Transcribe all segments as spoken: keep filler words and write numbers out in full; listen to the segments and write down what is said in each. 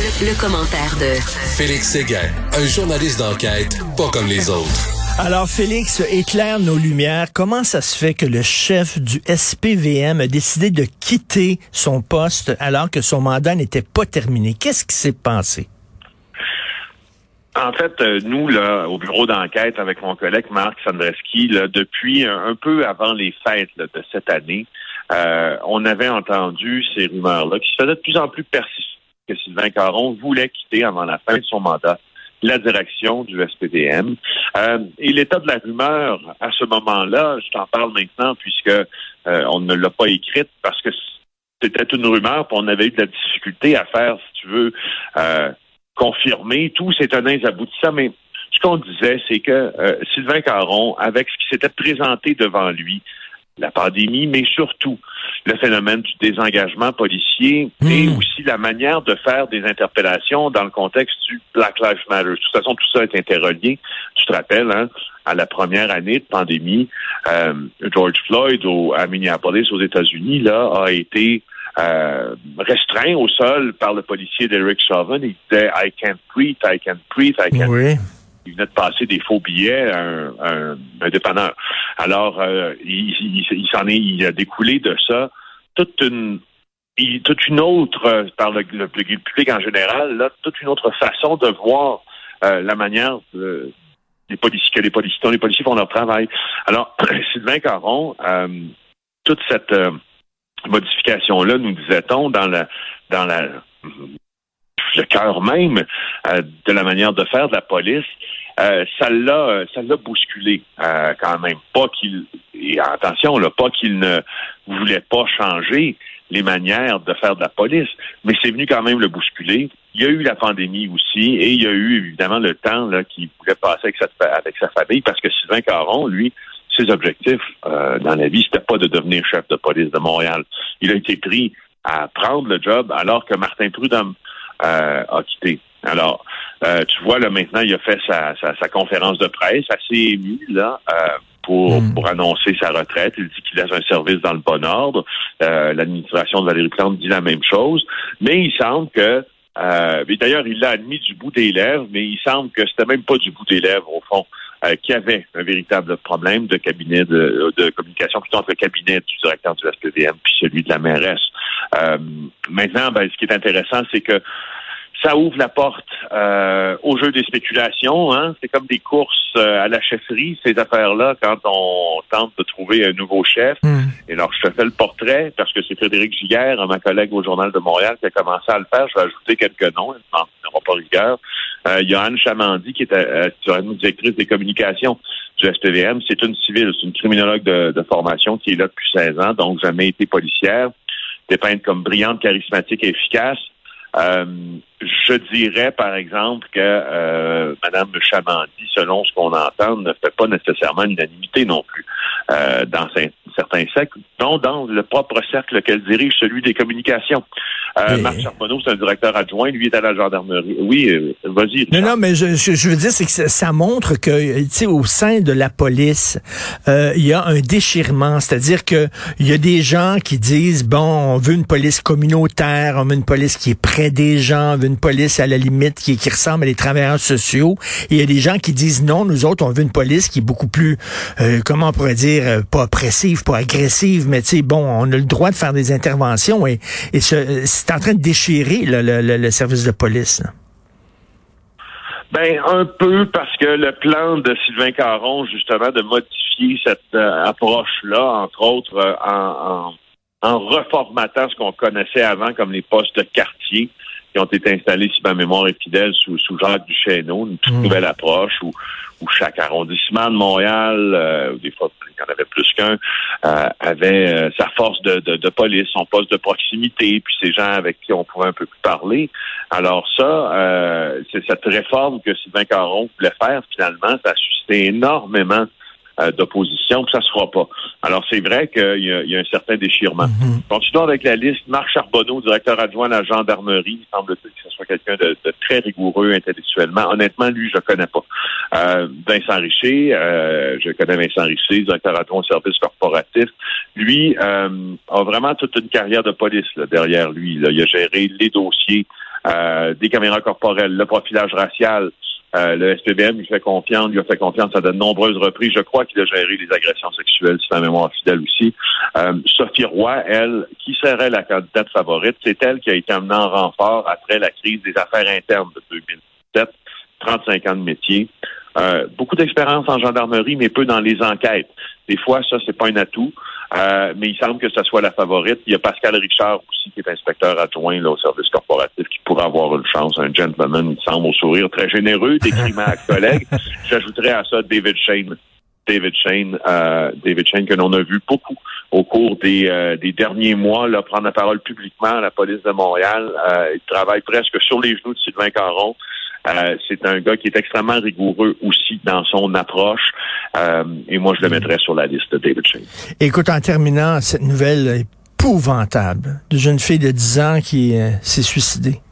Le, le commentaire de Félix Séguin, un journaliste d'enquête pas comme les autres. Alors, Félix, éclaire nos lumières. Comment ça se fait que le chef du S P V M a décidé de quitter son poste alors que son mandat n'était pas terminé? Qu'est-ce qui s'est passé? En fait, nous, là, au bureau d'enquête avec mon collègue Marc Sandreski, là, depuis un, un peu avant les fêtes là, de cette année, euh, on avait entendu ces rumeurs-là qui se faisaient de plus en plus persistantes que Sylvain Caron voulait quitter avant la fin de son mandat la direction du S P V M. Euh, et l'état de la rumeur, à ce moment-là, je t'en parle maintenant puisque euh, on ne l'a pas écrite parce que c'était une rumeur, puis on avait eu de la difficulté à faire, si tu veux, euh, confirmer tous ces tenants et aboutissants. Mais ce qu'on disait, c'est que euh, Sylvain Caron, avec ce qui s'était présenté devant lui, la pandémie, mais surtout le phénomène du désengagement policier mmh. et aussi la manière de faire des interpellations dans le contexte du Black Lives Matter. De toute façon, tout ça est interrelié. Tu te rappelles, hein, à la première année de pandémie, euh, George Floyd au, à Minneapolis, aux États-Unis, là, a été euh, restreint au sol par le policier Derek Chauvin. Il disait « I can't breathe, I can't breathe, I can't oui. breathe ». Il venait de passer des faux billets à un, un, un dépanneur. Alors, euh, il, il, il s'en est, il a découlé de ça toute une, il, toute une autre, euh, par le, le, le public en général, là, toute une autre façon de voir euh, la manière de, des policiers, que les policiers, dont les policiers font leur travail. Alors, Sylvain Caron, euh, toute cette euh, modification-là, nous disait-on, dans la, dans la le cœur même euh, de la manière de faire de la police, euh, ça l'a, ça l'a bousculé euh, quand même. Pas qu'il, et attention, là, pas qu'il ne voulait pas changer les manières de faire de la police, mais c'est venu quand même le bousculer. Il y a eu la pandémie aussi, et il y a eu évidemment le temps là qu'il voulait passer avec sa, avec sa famille, parce que Sylvain Caron, lui, ses objectifs euh, dans la vie, c'était pas de devenir chef de police de Montréal. Il a été pris à prendre le job alors que Martin Prudhomme Euh, a quitté. Alors, euh, tu vois, là, maintenant, il a fait sa, sa, sa conférence de presse assez ému, là, euh, pour, mm. pour annoncer sa retraite. Il dit qu'il laisse un service dans le bon ordre. Euh, l'administration de Valérie Plante dit la même chose. Mais il semble que, euh, et d'ailleurs, il l'a admis du bout des lèvres, mais il semble que c'était même pas du bout des lèvres, au fond, euh, qu'il y avait un véritable problème de cabinet de, de communication, plutôt entre le cabinet du directeur du S P V M puis celui de la mairesse. Euh, maintenant, ben, ce qui est intéressant, c'est que ça ouvre la porte euh, au jeu des spéculations. Hein? C'est comme des courses euh, à la chefferie, ces affaires-là, quand on tente de trouver un nouveau chef. Mm. Et alors, je te fais le portrait, parce que c'est Frédéric Giguère, ma collègue au Journal de Montréal, qui a commencé à le faire. Je vais ajouter quelques noms, il n'aura pas rigueur. Euh, il y a Anne Chamandy, qui est actuellement directrice des communications du S P V M. C'est une civile, c'est une criminologue de, de formation qui est là depuis seize ans, donc jamais été policière, dépeinte comme brillante, charismatique et efficace. Euh, je dirais, par exemple, que euh, Mme Chamandy, selon ce qu'on entend, ne fait pas nécessairement l'unanimité non plus euh, dans certains cercles, dont dans le propre cercle qu'elle dirige, celui des communications. Euh, mais... Marc Charbonneau, c'est un directeur adjoint, lui est à la gendarmerie. Oui, euh, vas-y. Richard. Non, non, mais je, je, je veux dire, c'est que ça, ça montre que, tu sais, au sein de la police, euh, il y a un déchirement, c'est-à-dire que il y a des gens qui disent, bon, on veut une police communautaire, on veut une police qui est près des gens, on veut une police à la limite qui, qui ressemble à des travailleurs sociaux. Et il y a des gens qui disent, non, nous autres, on veut une police qui est beaucoup plus, euh, comment on pourrait dire, euh, pas oppressive, pas agressive, mais tu sais, bon, on a le droit de faire des interventions et, et ce, c'est en train de déchirer là, le, le, le service de police. Là. Ben, un peu, parce que le plan de Sylvain Caron, justement, de modifier cette euh, approche-là, entre autres, euh, en, en, en reformatant ce qu'on connaissait avant comme les postes de quartier, qui ont été installés, si ma mémoire est fidèle, sous, sous Jacques Duchesneau, une toute mmh. nouvelle approche où, où chaque arrondissement de Montréal, euh, des fois il y en avait plus qu'un, euh, avait euh, sa force de, de, de police, son poste de proximité, puis ces gens avec qui on pouvait un peu plus parler. Alors ça, euh, c'est cette réforme que Sylvain Caron voulait faire, finalement, ça a suscité énormément euh, d'opposition, puis ça se fera pas. Alors, c'est vrai qu'il y a, il y a un certain déchirement. Mm-hmm. Continuons avec la liste. Marc Charbonneau, directeur adjoint à la gendarmerie. Il semble-t-il que ce soit quelqu'un de, de très rigoureux intellectuellement. Honnêtement, lui, je le connais pas. Euh, Vincent Richer, euh, je connais Vincent Richer, directeur adjoint au service corporatif. Lui euh, a vraiment toute une carrière de police là, derrière lui. Là. Il a géré les dossiers euh, des caméras corporelles, le profilage racial. Euh, le S P B M lui fait confiance, lui a fait confiance à de nombreuses reprises. Je crois qu'il a géré les agressions sexuelles, si ma mémoire fidèle aussi. Euh, Sophie Roy, elle, qui serait la candidate favorite, c'est elle qui a été amenée en renfort après la crise des affaires internes de deux mille dix-sept, trente-cinq ans de métier. Euh, beaucoup d'expérience en gendarmerie, mais peu dans les enquêtes. Des fois, ça, c'est pas un atout. Euh, mais il semble que ce soit la favorite. Il y a Pascal Richard aussi, qui est inspecteur adjoint là, au service corporatif, qui pourrait avoir une chance. Un gentleman, il semble au sourire très généreux, décrit ma collègue. J'ajouterais à ça David Shane. David Shane, euh, David Shane, que l'on a vu beaucoup au cours des, euh, des derniers mois, là, prendre la parole publiquement à la police de Montréal. Euh, il travaille presque sur les genoux de Sylvain Caron. Euh, c'est un gars qui est extrêmement rigoureux aussi dans son approche. Euh, et moi, je le mettrais sur la liste de David Shane. Écoute, en terminant, cette nouvelle épouvantable de jeune fille de dix ans qui euh, s'est suicidée.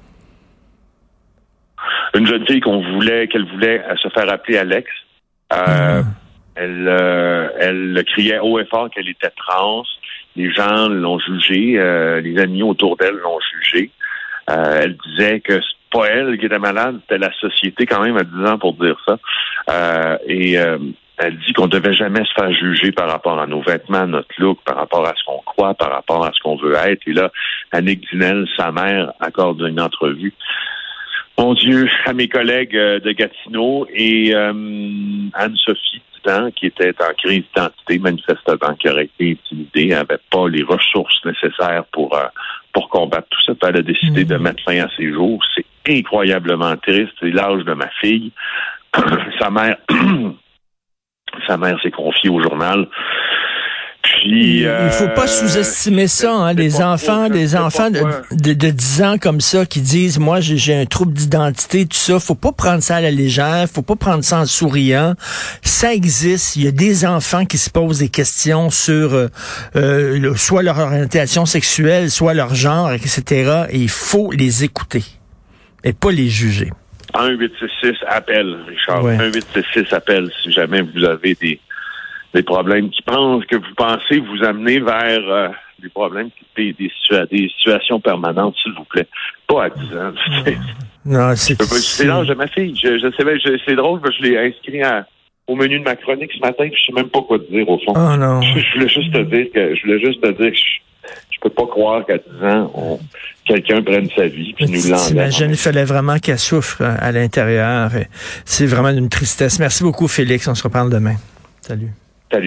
Une jeune fille qu'on voulait, qu'elle voulait se faire appeler Alex. Euh, mmh. Elle, euh, elle criait haut et fort qu'elle était trans. Les gens l'ont jugée. Euh, les amis autour d'elle l'ont jugée. Euh, elle disait que c'est pas elle qui était malade, c'était la société quand même à dix ans pour dire ça. Euh, et euh, elle dit qu'on devait jamais se faire juger par rapport à nos vêtements, notre look, par rapport à ce qu'on croit, par rapport à ce qu'on veut être. Et là, Annick Dinel, sa mère, accorde une entrevue. Mon Dieu, à mes collègues de Gatineau et euh, Anne-Sophie Titan, qui était en crise d'identité, manifestement, qui aurait été intimidée, n'avait pas les ressources nécessaires pour euh, pour combattre tout ça. Puis elle a décidé mmh. de mettre fin à ses jours. C'est incroyablement triste. C'est l'âge de ma fille. sa mère, sa mère s'est confiée au journal. Puis, euh, il faut pas sous-estimer ça, hein, les enfants, des enfants de, de, de dix ans comme ça qui disent, moi, j'ai, j'ai un trouble d'identité, tout ça. Faut pas prendre ça à la légère, faut pas prendre ça en souriant. Ça existe. Il y a des enfants qui se posent des questions sur euh, euh, soit leur orientation sexuelle, soit leur genre, et cetera. Et il faut les écouter et pas les juger. un huit six six appelle, Richard. Ouais. un huit six six appelle si jamais vous avez des des problèmes qui pensent que vous pensez vous amener vers euh, des problèmes, des, des, situa- des situations permanentes, s'il vous plaît. Pas à dix ans. Non, c'est... Je peux, c'est l'âge de ma fille. Je, je sais, je, c'est drôle, je l'ai inscrit à, au menu de ma chronique ce matin, puis je sais même pas quoi te dire, au fond. Oh non. Je, je voulais juste te dire que, je voulais juste te dire que je, je peux pas croire qu'à dix ans, on, quelqu'un prenne sa vie, puis nous l'enlève. T'imagines, il fallait vraiment qu'elle souffre à l'intérieur. C'est vraiment une tristesse. Merci beaucoup, Félix. On se reparle demain. Salut.